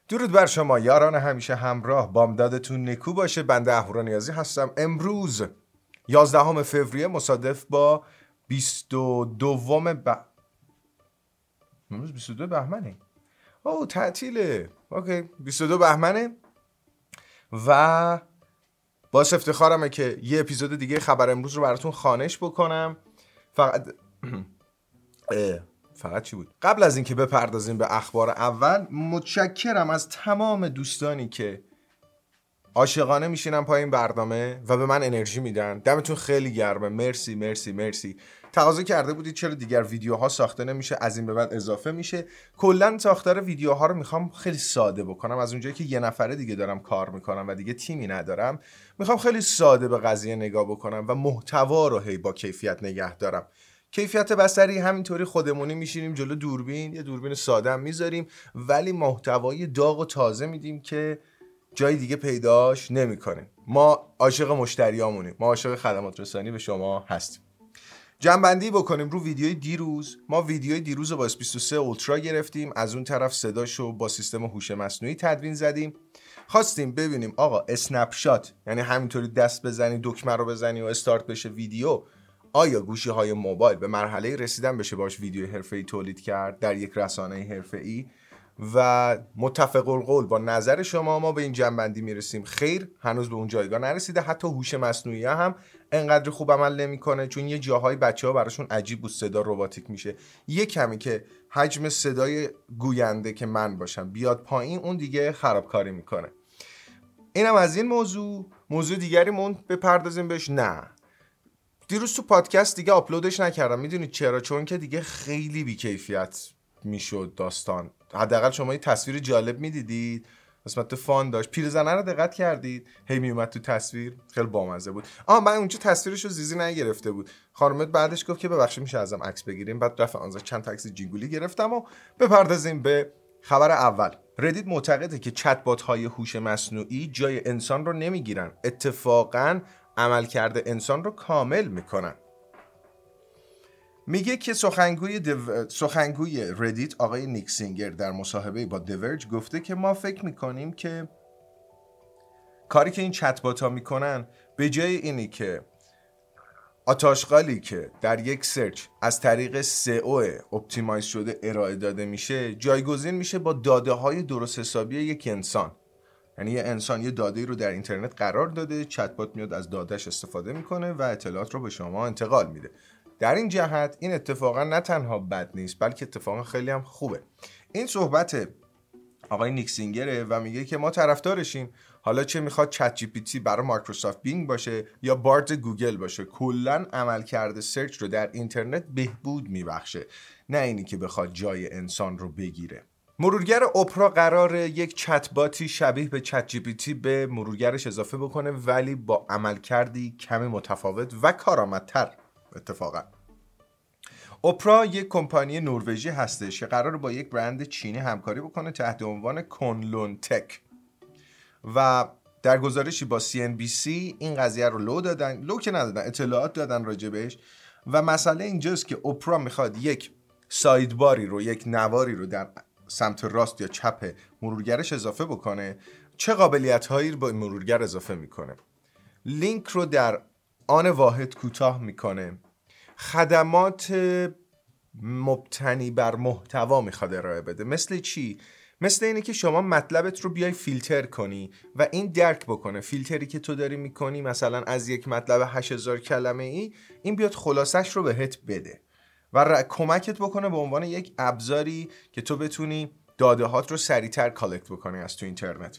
درود بر شما یاران همیشه همراه، بامدادتون نکو باشه. بنده اهورانیازی هستم. امروز 11 فوریه مصادف با 22 امروز 22 بهمنه. اوه تعطیله. اوکی 22 بهمنه و باعث افتخارمه که یه اپیزود دیگه خبر امروز رو براتون خوانش بکنم. فقط چی بود؟ قبل از اینکه بپردازیم به اخبار اول، متشکرم از تمام دوستانی که عاشقانه میشینن پای این برنامه و به من انرژی میدن. دمتون خیلی گرمه. مرسی مرسی مرسی. تقاضا کرده بودید چرا دیگر ویدیوها ساخته نمیشه، از این به بعد اضافه میشه. کلا ساختار ویدیوها رو میخوام خیلی ساده بکنم. از اونجایی که یه نفره دیگه دارم کار میکنم و دیگه تیمی ندارم، میخوام خیلی ساده به قضیه نگاه بکنم و محتوا رو هی با کیفیت نگه دارم. کیفیت بصری همینطوری خودمونی میشینیم جلو دوربین، یه دوربین ساده هم میذاریم، ولی محتوای داغ و تازه میدیم که جای دیگه پیداش نمی‌کنیم. ما عاشق مشتریامونیم، ما عاشق خدمات رسانی به شما هستیم. جنبندی بکنیم رو ویدیوی دیروز. ما ویدیوی دیروز رو با S23 اولترا گرفتیم، از اون طرف صداشو با سیستم هوش مصنوعی تدوین زدیم. خواستیم ببینیم آقا اسنپ شات، یعنی همینطوری دست بزنی دکمه رو بزنی و استارت بشه ویدیو، آیا گوشی‌های موبایل به مرحله رسیدن بشه باش ویدیو حرفه‌ای تولید کرد در یک رسانه حرفه‌ای؟ و متفق القول با نظر شما ما به این جنبندی میرسیم خیر، هنوز به اون جایگاه نرسیده. حتی هوش مصنوعی هم انقدر خوب عمل نمیکنه، چون یه جاهای بچه‌ها براشون عجیب بود صدا رباتیک میشه. یه کمی که حجم صدای گوینده که من باشم بیاد پایین، اون دیگه خرابکاری میکنه. اینم از این موضوع دیگری مون بپردازیم بهش. نه، دیروز تو پادکست دیگه آپلودش نکردم. میدونید چرا؟ چون که دیگه خیلی بی‌کیفیت میشد داستان. حداقل شما یه تصویر جالب میدیدید، قسمت فان داشت. پیرزنه رو دقت کردید؟ هی میومد تو تصویر، خیلی بامزه بود. من اونجا تصویرشو زیزی نگرفته بود. خانمت بعدش گفت که ببخشید میشه ازم عکس بگیریم. بعد رفت آنجا چند تا عکس جیگولی گرفتم. و بپردازیم به خبر اول. ردیت معتقده که چت بات های هوش مصنوعی جای انسان رو نمیگیرن، اتفاقاً عملکرد انسان رو کامل میکنن. میگه که سخنگوی ردیت آقای نیک سینگر در مصاحبه با دیورج گفته که ما فکر میکنیم که کاری که این چت بات ها میکنن، به جای اینی که آتاشقالی که در یک سرچ از طریق SEO اپتیمایز شده ارائه داده میشه، جایگزین میشه با داده های درست حسابی یک انسان. یعنی یه انسان یه داده‌ای رو در اینترنت قرار داده، چت بات میاد از دادهش استفاده میکنه و اطلاعات رو به شما انتقال میده. در این جهت این اتفاقا نه تنها بد نیست، بلکه اتفاقا خیلی هم خوبه. این صحبت آقای نیک سینگره و میگه که ما طرفدارشیم. حالا چه میخواد چت جی پی تی برای مایکروسافت بینگ باشه یا بارد گوگل باشه، کلا عملکرد سرچ رو در اینترنت بهبود میبخشه، نه اینی که بخواد جای انسان رو بگیره. مرورگر اپرا قراره یک چت باتی شبیه به چت جی پی تی به مرورگرش اضافه بکنه، ولی با عملکردی کمی متفاوت و کارآمدتر. اتفاقا اپرا یک کمپانی نروژی هستش که قراره با یک برند چینی همکاری بکنه تحت عنوان کنلون تک و در گزارشی با CNBC این قضیه رو لو که ندادن، اطلاعات دادن راجبش. و مسئله اینجاست که اپرا میخواد یک سایدباری رو، یک نواری رو در سمت راست یا چپ مرورگرش اضافه بکنه. چه قابلیت هایی رو با مرورگر اضافه میکنه؟ لینک رو در آن واحد کوتاه میکنه. خدمات مبتنی بر محتوا میخواد ارائه بده. مثل چی؟ مثل اینه که شما مطلبت رو بیای فیلتر کنی و این درک بکنه فیلتری که تو داری میکنی مثلا از یک مطلب 8000 کلمه ای، این بیاد خلاصش رو بهت بده و کمکت بکنه به عنوان یک ابزاری که تو بتونی داده هات رو سریعتر کالکت بکنی از تو اینترنت.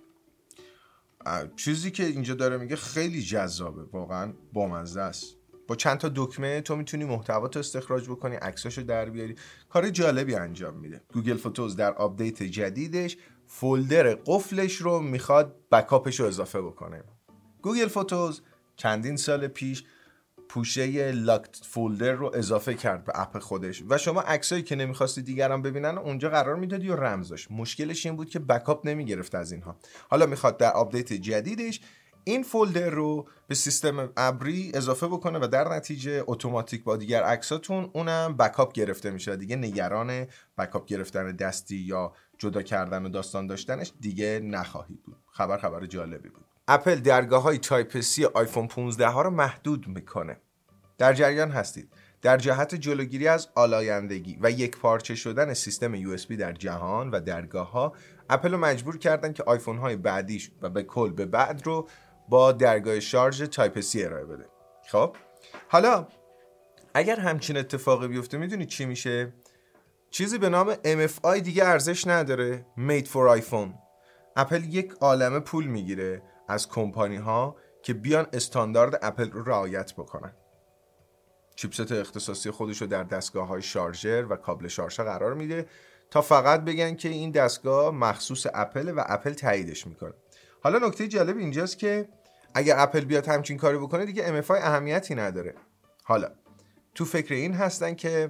چیزی که اینجا داره میگه خیلی جذابه، واقعا بامزه است. با چند تا دکمه تو میتونی محتوات استخراج بکنی، عکساشو در بیاری، کار جالبی انجام میده. گوگل فوتوز در آپدیت جدیدش فولدر قفلش رو میخواد بکاپش رو اضافه بکنه. گوگل فوتوز چندین سال پیش پوشه لاکت فولدر رو اضافه کرد به اپ خودش و شما عکسایی که نمیخواستی دیگران ببینن اونجا قرار میدادی و رمزش. مشکلش این بود که بکاپ نمیگرفت از اینها. حالا میخواد در آپدیت جدیدش این فولدر رو به سیستم ابری اضافه بکنه و در نتیجه اتوماتیک با دیگر عکساتون اونم بکاپ گرفته میشه. دیگه نگران بکاپ گرفتن دستی یا جدا کردن و داستان داشتنش دیگه نخواهید بود. خبر جالبی بود. اپل درگاه‌های تایپ سی آیفون 15 ها رو محدود میکنه. در جریان هستید. در جهت جلوگیری از آلایندگی و یک پارچه شدن سیستم USB در جهان و درگاه‌ها، اپل رو مجبور کردن که آیفون های بعدیش و به کل به بعد رو با درگاه شارژ تایپ C ارائه بده. خب حالا اگر همچین اتفاقی بیفته میدونید چی میشه؟ چیزی به نام MFI دیگه ارزش نداره. Made for iPhone. اپل یک عالمه پول میگیره از کمپانی ها که بیان استاندارد اپل رو رعایت بکنن. چیپست اختصاصی خودش رو در دستگاه‌های شارژر و کابل شارژ قرار میده تا فقط بگن که این دستگاه مخصوص اپل و اپل تاییدش میکنه. حالا نکته جالب اینجاست که اگر اپل بیاد همچین کاری بکنه دیگه MFI اهمیتی نداره. حالا تو فکر این هستن که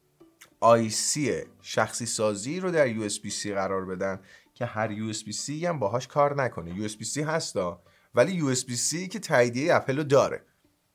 آیسی شخصی سازی رو در USB-C قرار بدن که هر USB-C هم باهاش کار نکنه. USB-C هستا ولی USB-C که تاییدیه اپل رو داره.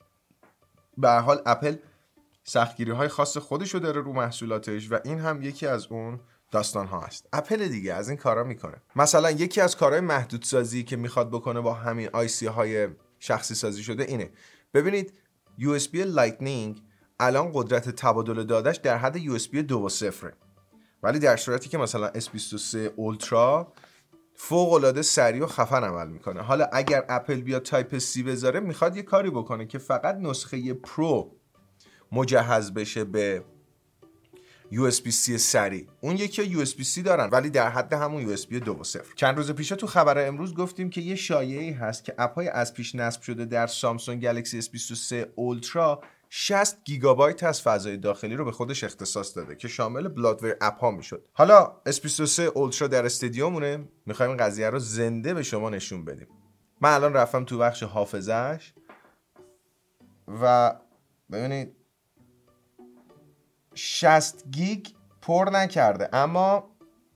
به هر حال اپل سختگیری‌های خاص خودش رو داره رو محصولاتش و این هم یکی از اون داستان‌ها است. اپل دیگه از این کارا میکنه. مثلا یکی از کارهای محدودسازی که میخواد بکنه با همین آیسی-های شخصی سازی شده اینه. ببینید USB لایتنینگ الان قدرت تبادل دادهش در حد USB 2.0 ولی در صورتی که مثلا S23 اولترا فوق‌العاده سریع و خفن عمل میکنه. حالا اگر اپل بیاد تایپ C بذاره میخواد یه کاری بکنه که فقط نسخه پرو مجهز بشه به USB-C سریع. اون یکی USB-C دارن ولی در حد همون USB 2.0. چند روز پیش تو خبر امروز گفتیم که یه شایعه‌ای هست که اپ‌های از پیش نصب شده در سامسونگ گلکسی S23 اولترا 60 گیگابایت از فضای داخلی رو به خودش اختصاص داده که شامل بلاتویر اپ ها میشد. حالا S23 اولترا در استدیومونه، میخوایم این قضیه رو زنده به شما نشون بدیم. من الان رفتم تو بخش حافظه‌اش و ببینید 60 گیگ پر نکرده اما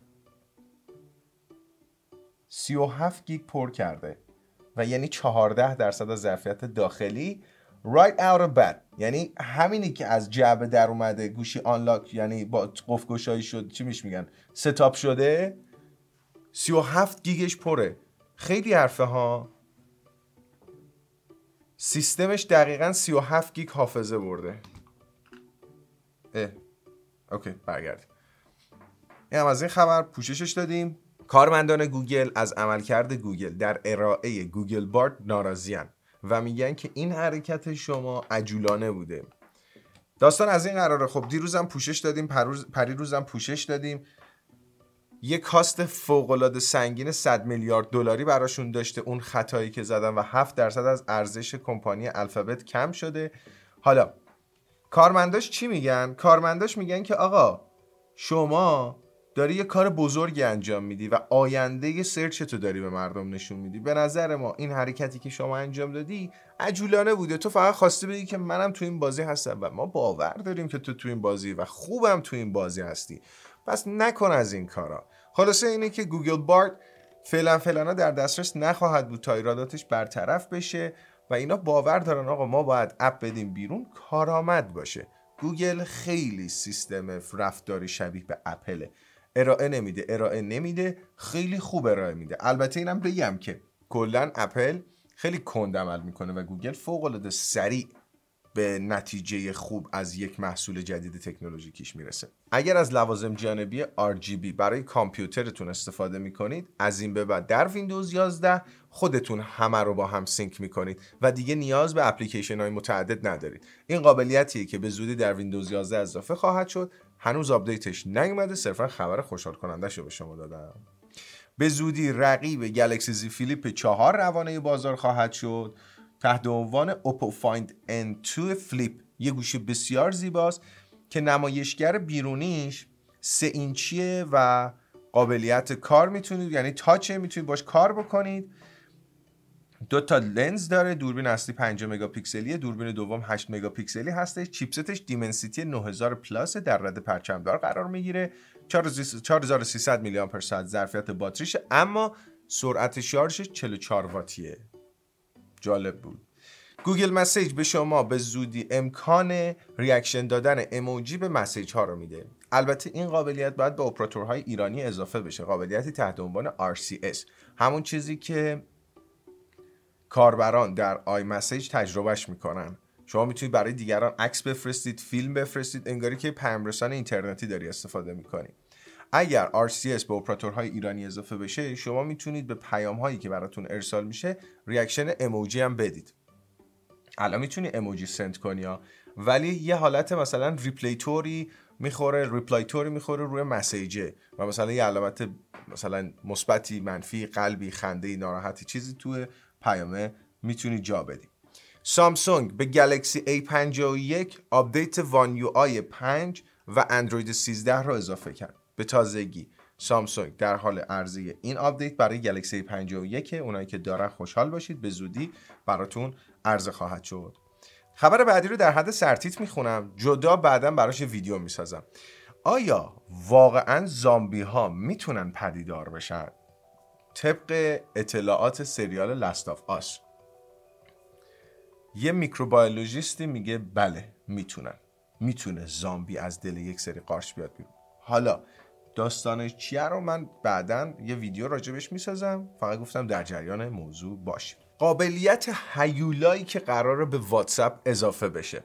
37 گیگ پر کرده و یعنی 14% از ظرفیت داخلی right out of bed. یعنی همینی که از جعبه در اومده گوشی آنلاک یعنی با قفل گشایی شد چی میگن ستاپ شده 37 گیگش پره. خیلی حرفه ها. سیستمش دقیقاً 37 گیگ حافظه برده. اوکی برگردیم. این هم از این خبر پوششش دادیم. کارمندان گوگل از عملکرد گوگل در ارائه گوگل بارد ناراضی‌اند و میگن که این حرکت شما عجولانه بوده. داستان از این قراره. خب دیروزم پوشش دادیم، پریروزم پوشش دادیم. یک کاست فوق‌العاده سنگین 100 میلیارد دلاری براشون داشته اون خطایی که زدن و 7% از ارزش کمپانی الفابت کم شده. حالا کارمنداش چی میگن؟ کارمنداش میگن که آقا شما داری یه کار بزرگی انجام میدی و آینده سرچ تو داری به مردم نشون میدی. به نظر ما این حرکتی که شما انجام دادی عجولانه بوده. تو فقط خواستی بگی که منم تو این بازی هستم و ما باور داریم که تو این بازی و خوبم تو این بازی هستی. پس نکن از این کارا. خلاصه اینه که گوگل بارد فعلا در دسترس نخواهد بود تا ایراداتش برطرف بشه و اینا باور دارن آقا ما باید اپ بدیم بیرون کارآمد باشه. گوگل خیلی سیستم رفتاری شبیه به اپله. ارائه نمیده خیلی خوب ارائه میده. البته اینم بگم که کلا اپل خیلی کند عمل میکنه و گوگل فوق العاده سریع به نتیجه خوب از یک محصول جدید تکنولوژیکیش میرسه. اگر از لوازم جانبی RGB برای کامپیوترتون استفاده میکنید از این به بعد در ویندوز 11 خودتون همه رو با هم سینک میکنید و دیگه نیاز به اپلیکیشن های متعدد ندارید. این قابلیتیه که به زودی در ویندوز 11 اضافه خواهد شد. هنوز آپدیتش نیومده، صرفا خبر خوشحال کننده شو به شما دادم. به زودی رقیب گلکسی زی فلیپ 4 روانه بازار خواهد شد تحت عنوان اوپو فایند N2 فلیپ. یه گوشی بسیار زیباست که نمایشگر بیرونیش 3 اینچیه و قابلیت کار میتونید یعنی تاچ میتونید باش کار بکنید. 2 تا لنز داره. دوربین اصلی 5 مگاپیکسلیه، دوربین دوم 8 مگاپیکسلی هستش. چیپستش دیمنسیتی 9000 پلاس در رد پرچمدار قرار میگیره. 4300 میلی آمپر ساعت ظرفیت باتریش اما سرعت شارژش 44 واتیه. جالب بود. گوگل مسیج به شما به زودی امکان ریاکشن دادن ایموجی به مسیج ها رو میده. البته این قابلیت باید به اپراتورهای ایرانی اضافه بشه، قابلیتی تحت عنوان RCS، همون چیزی که کاربران در آی مسیج تجربهش میکنن. شما میتونید برای دیگران عکس بفرستید، فیلم بفرستید، انگاری که پیام‌رسان اینترنتی داری استفاده میکنی. اگر RCS به اپراتورهای ایرانی اضافه بشه، شما میتونید به پیام‌هایی که براتون ارسال میشه ریاکشن ایموجی هم بدید. الان میتونی ایموجی سند کنی ها، ولی یه حالت مثلا ریپلایتوری میخوره روی مسیجه و مثلا یه علامت مثلا مثبتی، منفی، قلبی، خنده، ناراحتی، چیزی توی پیامه میتونی جا بدی. سامسونگ به گلکسی A51 آپدیت وان یو آی 5 و اندروید 13 رو اضافه کرد. به تازگی سامسونگ در حال عرضه این آپدیت برای گلکسی A51، اونایی که دارن خوشحال باشید، به زودی براتون عرضه خواهد شد. خبر بعدی رو در حد سرتیتر میخونم، جدا بعداً براش ویدیو میسازم. آیا واقعاً زامبی ها میتونن پدیدار بشن؟ طبق اطلاعات سریال لاست آف آس، یه میکروبیولوژیستی میگه بله میتونه زامبی از دل یک سری قارچ بیاد بیرون. حالا داستانش چیه رو من بعداً یه ویدیو راجبش میسازم، فقط گفتم در جریان موضوع باشید. قابلیت هیولایی که قراره به واتساپ اضافه بشه،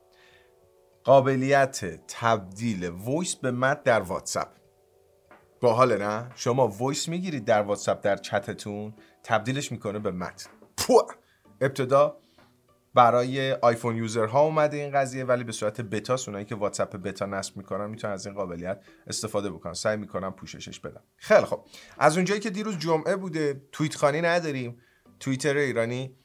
قابلیت تبدیل وایس به متن در واتساپ. باحاله نه؟ شما وایس میگیرید در واتساپ در چتتون، تبدیلش میکنه به متن. ابتدا برای آیفون یوزرها اومده این قضیه، ولی به صورت بتاست. اونایی که واتساپ بتا نصب میکنن میتونن از این قابلیت استفاده بکنن. سعی میکنم پوششش بدم. خیلی خب، از اونجایی که دیروز جمعه بوده، توییت خانی نداریم، توییتر ایرانی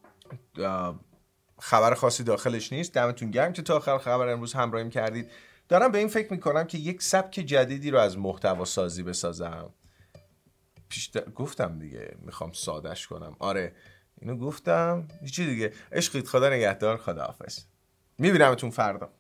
خبر خاصی داخلش نیست. دمتون گرم که تا آخر خبر امروز همراهیم کردید. دارم به این فکر میکنم که یک سبک جدیدی رو از محتوا سازی بسازم. گفتم دیگه میخوام سادهش کنم. آره اینو گفتم. چی دیگه؟ عشقید، خدا نگهدار، خدا حافظ. میبینمتون فردا.